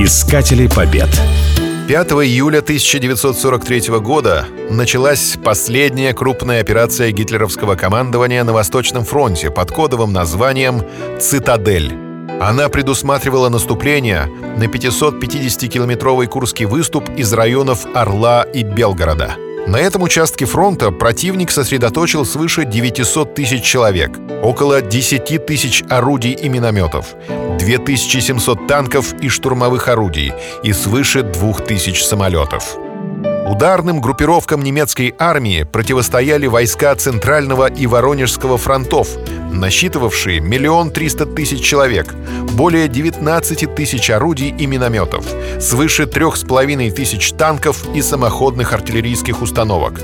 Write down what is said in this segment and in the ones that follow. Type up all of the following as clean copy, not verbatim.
Искатели побед. 5 июля 1943 года началась последняя крупная операция гитлеровского командования на Восточном фронте под кодовым названием «Цитадель». Она предусматривала наступление на 550-километровый Курский выступ из районов Орла и Белгорода. На этом участке фронта противник сосредоточил свыше 900 тысяч человек, около 10 тысяч орудий и минометов, 2700 танков и штурмовых орудий и свыше 2000 самолетов. Ударным группировкам немецкой армии противостояли войска Центрального и Воронежского фронтов, насчитывавшие 1 300 000 человек, более 19 тысяч орудий и минометов, свыше 3500 танков и самоходных артиллерийских установок,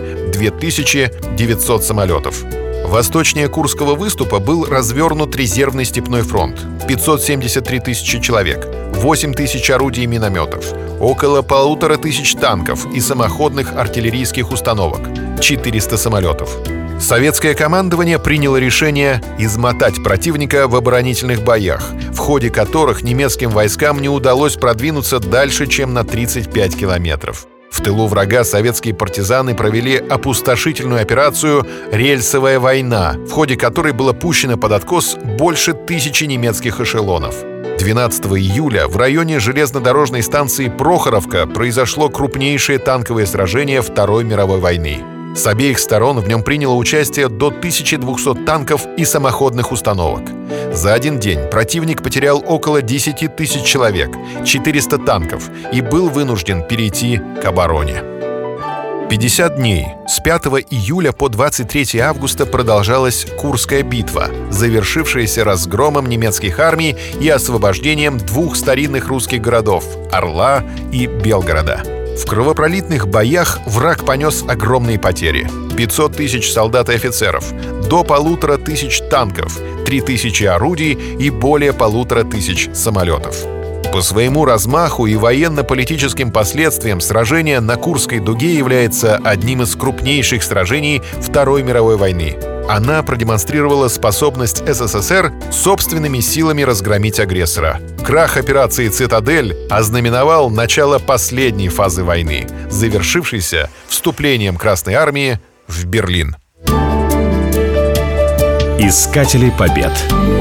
2900 самолетов. Восточнее Курского выступа был развернут резервный степной фронт — 573 тысячи человек, 8 тысяч орудий и минометов, около 1500 танков и самоходных артиллерийских установок, 400 самолетов. Советское командование приняло решение измотать противника в оборонительных боях, в ходе которых немецким войскам не удалось продвинуться дальше, чем на 35 километров. В тылу врага советские партизаны провели опустошительную операцию «Рельсовая война», в ходе которой было пущено под откос больше 1000 немецких эшелонов. 12 июля в районе железнодорожной станции Прохоровка произошло крупнейшее танковое сражение Второй мировой войны. С обеих сторон в нем приняло участие до 1200 танков и самоходных установок. За один день противник потерял около 10 тысяч человек, 400 танков и был вынужден перейти к обороне. 50 дней с 5 июля по 23 августа продолжалась Курская битва, завершившаяся разгромом немецких армий и освобождением двух старинных русских городов — Орла и Белгорода. В кровопролитных боях враг понес огромные потери — 500 тысяч солдат и офицеров, до 1500 танков, 3000 орудий и более 1500 самолетов. По своему размаху и военно-политическим последствиям сражение на Курской дуге является одним из крупнейших сражений Второй мировой войны. Она продемонстрировала способность СССР собственными силами разгромить агрессора. Крах операции «Цитадель» ознаменовал начало последней фазы войны, завершившейся вступлением Красной армии в Берлин. Искатели побед.